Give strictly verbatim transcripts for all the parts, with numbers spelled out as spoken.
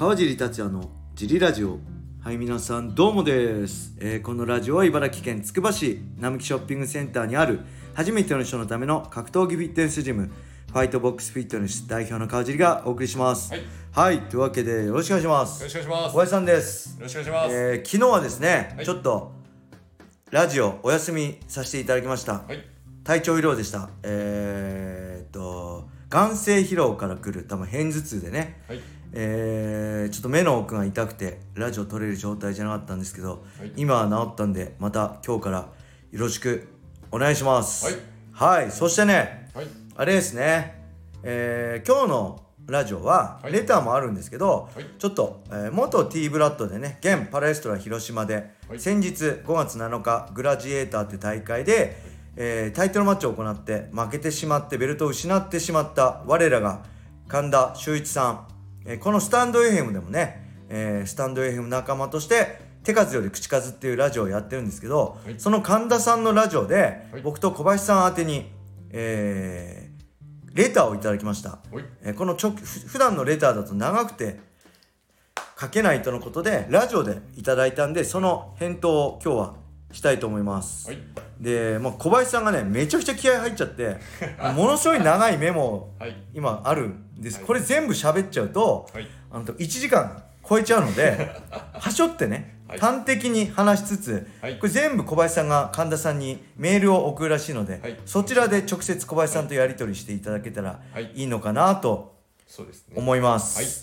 川尻達也のジリラジオ。はい、皆さんどうもです、えー、このラジオは茨城県つくば市並木ショッピングセンターにある初めての人のための格闘技フィットネスジムファイトボックスフィットネス代表の川尻がお送りします。 はい、 はい、というわけでよろしくお願いします。 よろしくお願いします。 小林さんです。 よろしくお願いします。 えー、昨日はですね、 はい、 ちょっとラジオお休みさせていただきました。 はい、 体調不良でした。えー、っと眼性疲労から来る多分片頭痛でね、 はい、 えー、ちょっと目の奥が痛くてラジオ撮れる状態じゃなかったんですけど、 はい、 今は治ったんでまた今日からよろしくお願いします。 はい、 はい、そしてね、 はい、 あれですね、えー、今日のラジオはレターもあるんですけど、はい、ちょっと、えー、元 T ブラッドでね現パラエストラ広島で、はい、先日ごがつなのかグラジエーターって大会で、はい、えー、タイトルマッチを行って負けてしまってベルトを失ってしまった我らが神田修一さん、えー、このスタンド エフエム でもね、えー、スタンド エフエム 仲間として手数より口数っていうラジオをやってるんですけど、はい、その神田さんのラジオで、はい、僕と小林さん宛てに、えーレターをいただきました。えー、このちょ普段のレターだと長くて書けないとのことでラジオでいただいたんで、その返答を今日はしたいと思います。はい、で、まあ、小林さんがねめちゃくちゃ気合入っちゃってものすごい長いメモ、はい、今あるんです。これ全部喋っちゃうと、はい、あのいちじかん超えちゃうのではしょってね、はい、端的に話しつつ、はい、これ全部小林さんが神田さんにメールを送るらしいので、はい、そちらで直接小林さんとやり取りしていただけたらいいのかなと思います。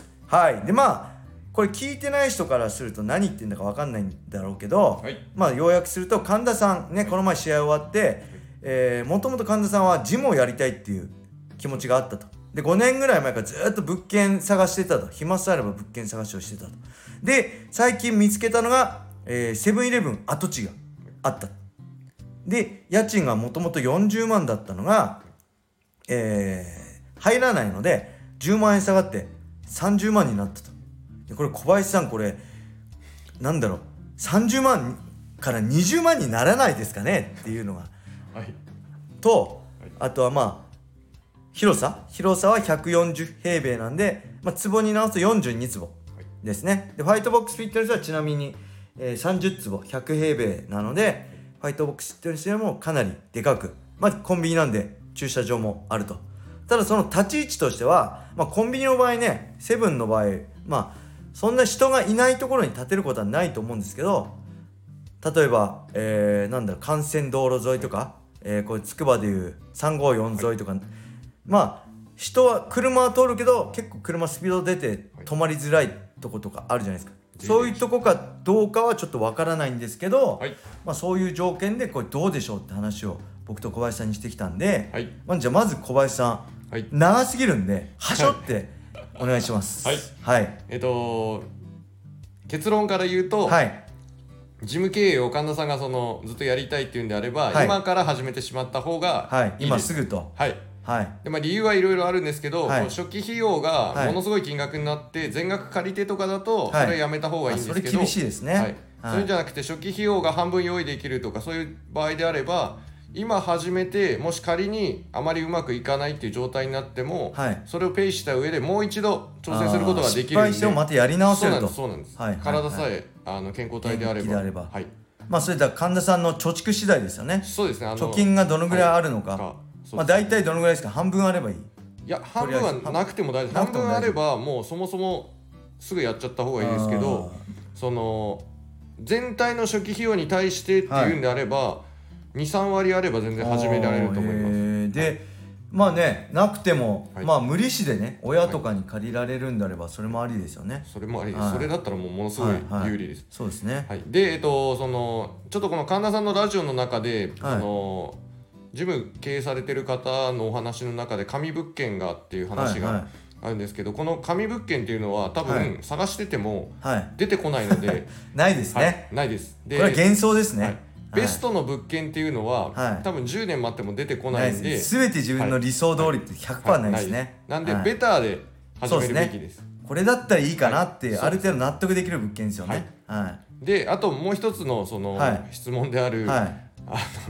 はい、はい、でまあこれ聞いてない人からすると何言ってんだか分かんないんだろうけど、はい、まあ要約すると神田さんね、はい、この前試合終わって、えー、もともと神田さんはジムをやりたいっていう気持ちがあったと。でごねんぐらい前からずっと物件探してたと。暇さえあれば物件探しをしてたと。で最近見つけたのが、えー、セブンイレブン跡地があった。で家賃がもともとよんじゅうまんだったのが、えー、入らないのでじゅうまんえん下がってさんじゅうまんになったと。でこれ小林さん、これなんだろう、さんじゅうまんからにじゅうまんにならないですかねっていうのが、はい、と、はい、あとはまあ広さ広さはひゃくよんじゅうへいべいなんで、まあ、坪に直すとよんじゅうにつぼですね。でファイトボックスフィットネスはちなみに、えー、さんじゅうつぼひゃくへいべいなので、ファイトボックスフィットネスよりもかなりでかく、まあコンビニなんで駐車場もあると。ただその立ち位置としては、まあ、コンビニの場合ね、セブンの場合、まあそんな人がいないところに建てることはないと思うんですけど、例えば、えー、なんだろう、幹線道路沿いとか、えー、これつくばでいうさんごよん沿いとか、はい、まあ人は車は通るけど結構車スピード出て止まりづらいとことかあるじゃないですか。はい、そういうとこかどうかはちょっとわからないんですけど、はい、まあ、そういう条件でこれどうでしょうって話を僕と小林さんにしてきたんで、はい、まあ、じゃあまず小林さん、はい、長すぎるんではしょってお願いします。 はい、はい、えっと結論から言うと、はい、事務経営を神田さんがそのずっとやりたいっていうんであれば、はい、今から始めてしまった方がいいです。はい、今すぐと。はい、はい、でまあ、理由はいろいろあるんですけど、はい、初期費用がものすごい金額になって、はい、全額借り手とかだとそれはやめた方がいいんですけど、はい、それ厳しいですね。はい、はい、それじゃなくて初期費用が半分用意できるとかそういう場合であれば、今始めてもし仮にあまりうまくいかないっていう状態になっても、はい、それをペイした上でもう一度挑戦することができるんで、失敗してもまたやり直せると。そうなんです、そうなんです、はいはいはい、体さえあの健康体であれば、あれば、はい、まあそれだ神田さんの貯蓄次第ですよね。そうですね、あの貯金がどのぐらいあるのか、はい、まあ大体どのぐらいですか。半分あればいい。いや半分はなくても大丈夫。半分あればもうそもそもすぐやっちゃった方がいいですけど、その全体の初期費用に対してっていうんであれば、はい、にさんわりあれば全然始められると思います。で、はい、まあね、なくても、はい、まあ無利子でね親とかに借りられるんであればそれもありですよね。はい、それもありです、はい、それだったらもうものすごい有利です。はいはい、そうですね。はい、で、えっとそのちょっとこの神田さんのラジオの中で、はい、あのジム経営されてる方のお話の中で紙物件がっていう話があるんですけど、はいはい、この紙物件っていうのは多分探してても出てこないので、はい、ないですね。はい、ないです。でこれは幻想ですね。はい、ベストの物件っていうのは、はい、多分じゅうねん待っても出てこないんで、全て自分の理想通りって ひゃくパーセント ないですね。はいはい、なんで、はい、ベターで始めるべきです。これだったらいいかなって、はい、ある程度納得できる物件ですよね。はいはい、であともう一つのその、はい、質問である、はい、あの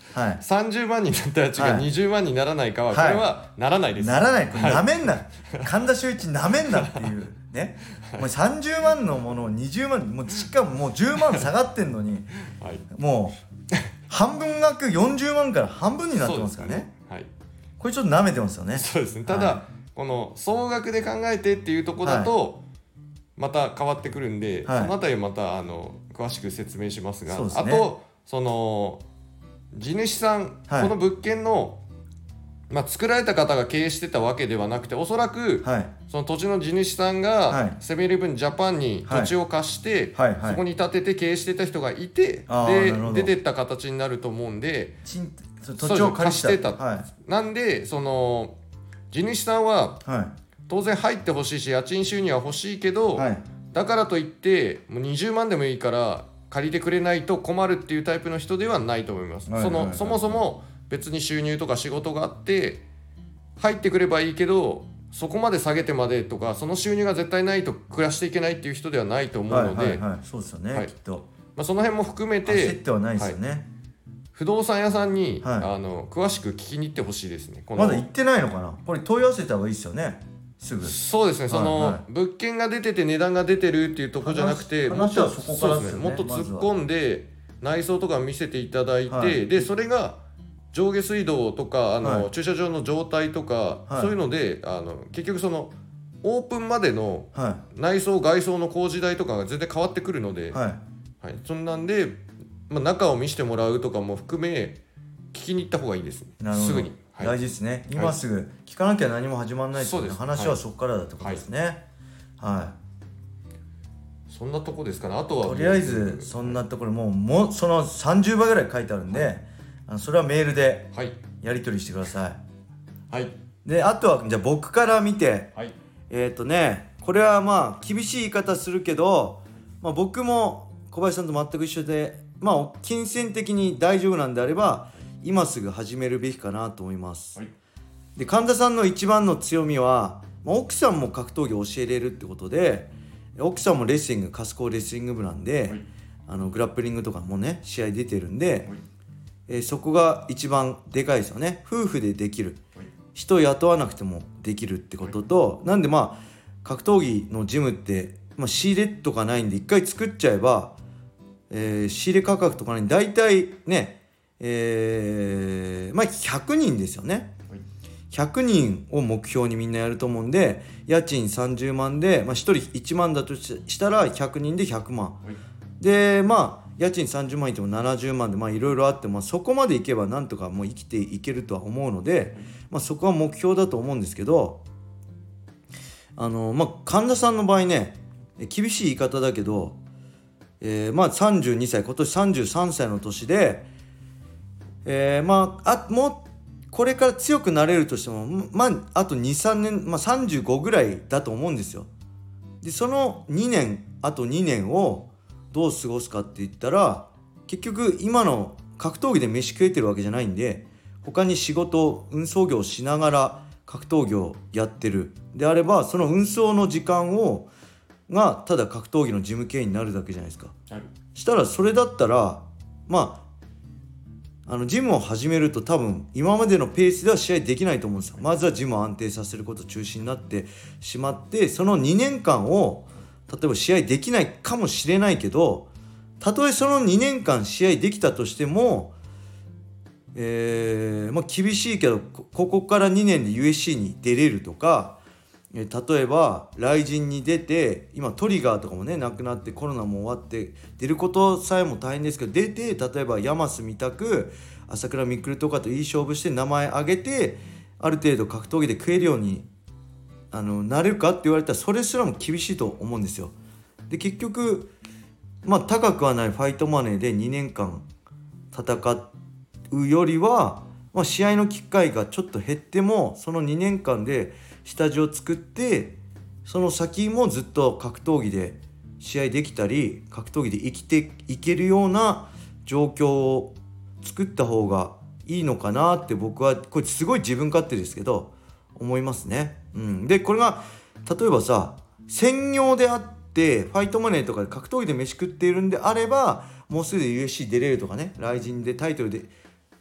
はい、 さんじゅうまんになったやつがにじゅうまんにならないかは、これはならないです、 ならない。なめんな、神田修一なめんなっていうねもうさんじゅうまんのものをにじゅうまん、もうしかももうじゅうまん下がってんのに、はい、もう半分額よんじゅうまんから半分になってますから ね, ね、はい、これちょっとなめてますよね。 そうですね。ただ、はい、この総額で考えてっていうところだとまた変わってくるんで、はい、そのあたりまたあの詳しく説明しますが、すね、あとその地主さん、はい、この物件の、まあ、作られた方が経営してたわけではなくて、おそらく、はい、その土地の地主さんが、はい、セブンイレブンジャパンに土地を貸して、はいはいはい、そこに建てて経営してた人がいて、で出てった形になると思うんで、 土地を借りしてた、はい、なんでその地主さんは、はい、当然入ってほしいし家賃収入は欲しいけど、はい、だからといってもうにじゅうまんでもいいから借りてくれないと困るっていうタイプの人ではないと思います、はいはいはいはい、そのそもそも別に収入とか仕事があって入ってくればいいけどそこまで下げてまでとかその収入が絶対ないと暮らしていけないっていう人ではないと思うので、はいはいはい、 そうですよね、はい、きっと、 まあ、その辺も含めて焦ってはないですよね、はい、 不動産屋さんに、はい、あの詳しく聞きに行ってほしいですね。このまだ行ってないのかな、これ問い合わせた方がいいですよね、すぐ。 そうですね、はい、その、はい、物件が出てて値段が出てるっていうところじゃなくて、もっとそこからですね、もっと突っ込んで内装とか見せていただいて、はい、でそれが上下水道とかあの、はい、駐車場の状態とか、はい、そういうのであの結局そのオープンまでの内装外装の工事代とかが全然変わってくるので、はいはい、そんなんで、まあ、中を見せてもらうとかも含め聞きに行った方がいいですね。 なるほど、 すぐに、 はい、大事ですね。今すぐ聞かなきゃ何も始まらないですよね。話はそこからだってことですね。はい、はい、 そんなとこですかね。あとはとりあえずそんなところもう、もうそのさんじゅうばいぐらい書いてあるんで、はい、あのそれはメールでやり取りしてください。はい。であとはじゃあ僕から見て、はい、えっとねこれはまあ厳しい言い方するけど、まあ、僕も小林さんと全く一緒で、まあ金銭的に大丈夫なんであれば今すぐ始めるべきかなと思います。はい、で神田さんの一番の強みは、まあ、奥さんも格闘技を教えれるってことで、奥さんもレスリング、カスコーレスリング部なんで、はい、あのグラップリングとかもね試合出てるんで、はい、えー、そこが一番でかいですよね。夫婦でできる、はい、人を雇わなくてもできるってことと、はい、なんでまあ格闘技のジムって、まあ、仕入れとかないんで一回作っちゃえば、えー、仕入れ価格とかに大体ね、えー、まあひゃくにんですよね。ひゃくにんを目標にみんなやると思うんで、家賃さんじゅうまんで、まあ、ひとりいちまんだとしたらひゃくにんでひゃくまん、はい、でまあ家賃さんじゅうまんいってもななじゅうまんで、まあいろいろあって、まあ、そこまでいけばなんとかもう生きていけるとは思うので、まあ、そこは目標だと思うんですけど、あのまあ神田さんの場合ね厳しい言い方だけど、えー、まあさんじゅうにさい、今年さんじゅうさんさいの年で、えー、まああもうこれから強くなれるとしても、まああと にさんねん、まあ、さんじゅうごぐらいだと思うんですよ。でそのにねん、あとにねんをどう過ごすかって言ったら、結局今の格闘技で飯食えてるわけじゃないんで、他に仕事運送業をしながら格闘技をやってるであれば、その運送の時間をがただ格闘技の事務経営になるだけじゃないですか。はい、したらそれだったらまああのジムを始めると多分今までのペースでは試合できないと思うんですよ。まずはジムを安定させること中心になってしまって、そのにねんかんを例えば試合できないかもしれないけど、たとえそのにねんかん試合できたとしても、えーまあ、厳しいけどここからにねんで ユーエフシー に出れるとか、えー、例えばライジンに出て、今トリガーとかもねなくなってコロナも終わって出ることさえも大変ですけど、出て例えばヤマスみたく朝倉未来とかといい勝負して名前上げてある程度格闘技で食えるようにあのなれるかって言われたらそれすらも厳しいと思うんですよ。で結局まあ高くはないファイトマネーでにねんかん戦うよりは、まあ、試合の機会がちょっと減ってもそのにねんかんで下地を作って、その先もずっと格闘技で試合できたり格闘技で生きていけるような状況を作った方がいいのかなって僕は、これすごい自分勝手ですけど思いますね。うん、でこれが例えばさ専業であってファイトマネーとかで格闘技で飯食っているんであれば、もうすぐ ユーエフシー 出れるとかね、ライジンでタイトルで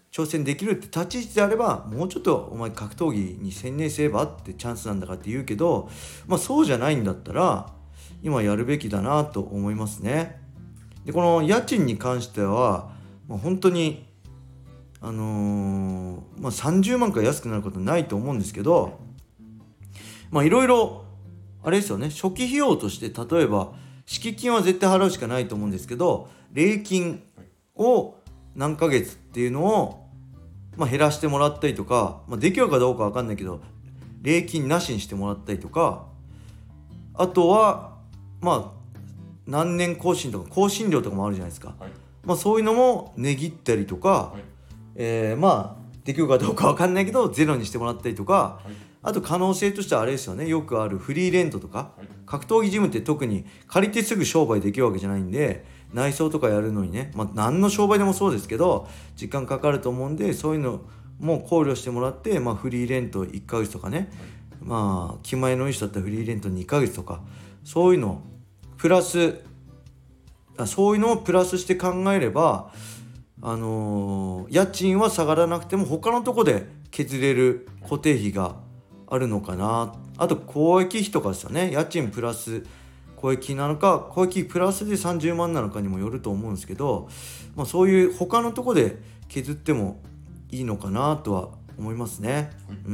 挑戦できるって立ち位置であれば、もうちょっとお前格闘技に専念すればってチャンスなんだからって言うけど、まあそうじゃないんだったら今やるべきだなと思いますね。でこの家賃に関しては、まあ、本当にあのー、まあさんじゅうまんから安くなることないと思うんですけど、まあいろいろあれですよね、初期費用として例えば敷金は絶対払うしかないと思うんですけど、礼金を何ヶ月っていうのを、まあ、減らしてもらったりとか、まあ、できるかどうか分かんないけど礼金なしにしてもらったりとか、あとはまあ何年更新とか更新料とかもあるじゃないですか、はい、まあ、そういうのも値切ったりとか、はい、えー、まあできるかどうか分かんないけどゼロにしてもらったりとか、はい、あと可能性としてはあれですよね、よくあるフリーレントとか、はい、格闘技ジムって特に借りてすぐ商売できるわけじゃないんで、内装とかやるのにね、まあ何の商売でもそうですけど時間かかると思うんで、そういうのも考慮してもらって、まあ、フリーレントいっかげつとかね、はい、まあ気前のいい人だったらフリーレントにかげつとか、そういうのプラスあそういうのをプラスして考えれば、あのー、家賃は下がらなくても他のとこで削れる固定費があるのかな。あと交易費とかですよね。家賃プラス交易費なのか、交易費プラスでさんじゅうまんなのかにもよると思うんですけど、まあ、そういう他のとこで削ってもいいのかなとは思いますね、はい、うん、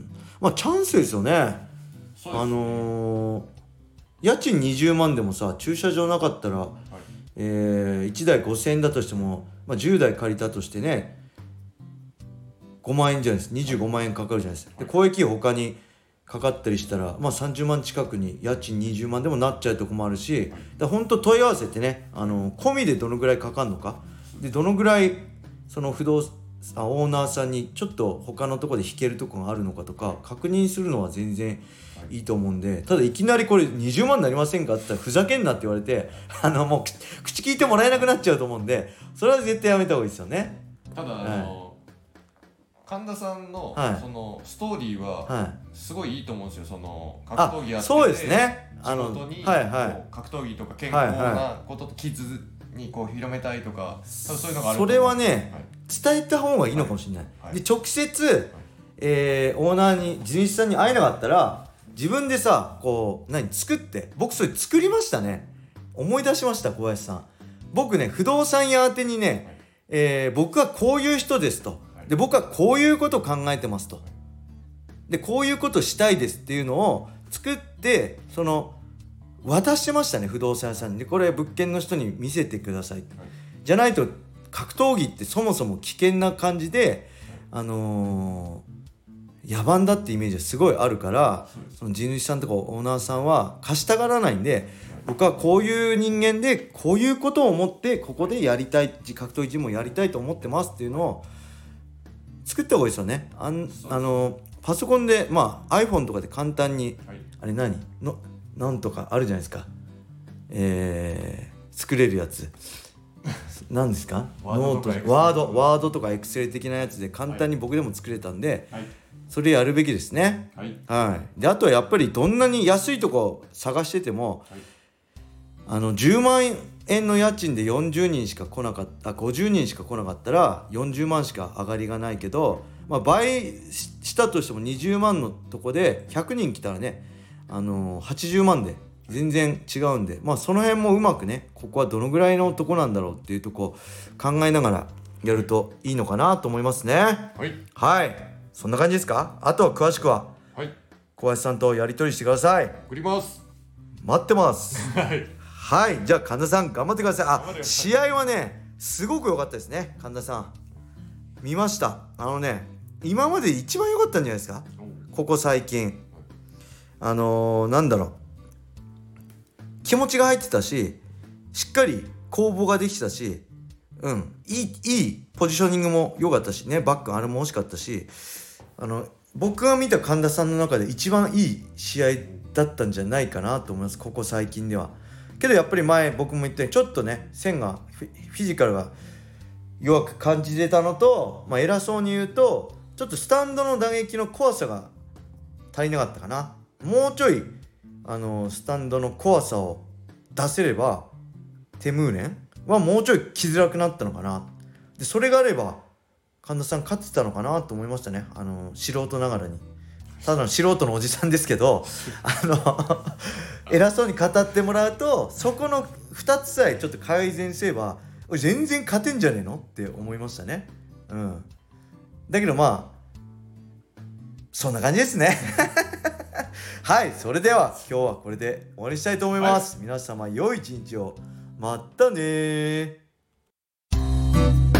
まあチャンスですよね。あのー、家賃にじゅうまんでもさ、駐車場なかったら、はい、えー、いちだいごせんえんだとしても、まあ、じゅうだい借りたとしてねごまんえんじゃないですか、にじゅうごまんえんかかるじゃないですか。で交易費他にかかったりしたら、まあ、さんじゅうまん近くに家賃にじゅうまんでもなっちゃうとこもあるし、だ本当問い合わせてね、あの込みでどのぐらいかかるのか、でどのぐらいその不動産オーナーさんにちょっと他のところで引けるとこがあるのかとか確認するのは全然いいと思うんで、ただいきなりこれにじゅうまんになりませんかって言ったらふざけんなって言われて、あのもう口聞いてもらえなくなっちゃうと思うんで、それは絶対やめた方がいいですよね。 ただ、はい、あの神田さんの、はい、そのストーリーはすごいいいと思うんですよ。その格闘技やってて、 そうですね、 地元に、はいはい、格闘技とか健康なこととキッズにこう広めたいとか、そういうのがあると思う。 それはね、はい、伝えた方がいいのかもしれない、はいはい、で直接、はい、えー、オーナーに地主さんに会えなかったら自分でさこう何作って、僕それ作りましたね。思い出しました、小林さん。僕ね不動産屋宛てにね、はい、えー、僕はこういう人ですと、で僕はこういうことを考えてますと、でこういうことしたいですっていうのを作ってその渡してましたね、不動産屋さんに。でこれ物件の人に見せてください、はい、じゃないと格闘技ってそもそも危険な感じで、あのー、野蛮だってイメージがすごいあるから、その地主さんとかオーナーさんは貸したがらないんで、僕はこういう人間でこういうことを思ってここでやりたい、格闘技ジムをやりたいと思ってますっていうのを作った方がいいですよね。あんあのパソコンで、まあ iPhone とかで簡単に、はい、あれ何のなんとかあるじゃないですか、えー、作れるやつ何ですか、ノート、ワードワードとかエクセル的なやつで簡単に僕でも作れたんで、はい、それやるべきですね。はい、はい、であとはやっぱりどんなに安いとこ探してても、はい、あのじゅうまんえんの家賃でよんじゅうにんしか来なかったごじゅうにんしか来なかったらよんじゅうまんしか上がりがないけど、まあ、倍したとしてもにじゅうまんのとこでひゃくにん来たらね、あのー、はちじゅうまんで全然違うんで、まあその辺もうまくね、ここはどのぐらいのとこなんだろうっていうとこ考えながらやるといいのかなと思いますね。はい、はい、そんな感じですか。あとは詳しくは、はい、小林さんとやり取りしてください。 送ります。 待ってますはいはい、じゃあ神田さん頑張ってください。あ、試合はねすごく良かったですね。神田さん見ました。あのね今まで一番良かったんじゃないですか、ここ最近。あのー、なんだろう、気持ちが入ってたし、しっかり攻防ができたし、うんいいいいポジショニングも良かったしね、バックあれも惜しかったし、あの僕が見た神田さんの中で一番いい試合だったんじゃないかなと思います、ここ最近では。けどやっぱり前僕も言ったようにちょっとね線がフィジカルが弱く感じてたのと、まあ、偉そうに言うとちょっとスタンドの打撃の怖さが足りなかったかな。もうちょいあのスタンドの怖さを出せればテムーレンはもうちょい来づらくなったのかな。でそれがあれば神田さん勝ってたのかなと思いましたね。あの素人ながらに、ただの素人のおじさんですけどあの偉そうに語ってもらうと、そこのふたつさえちょっと改善すれば全然勝てんじゃねえのって思いましたね。うん。だけどまあそんな感じですねはい、それでは今日はこれで終わりにしたいと思います、はい、皆様良い一日を。またね。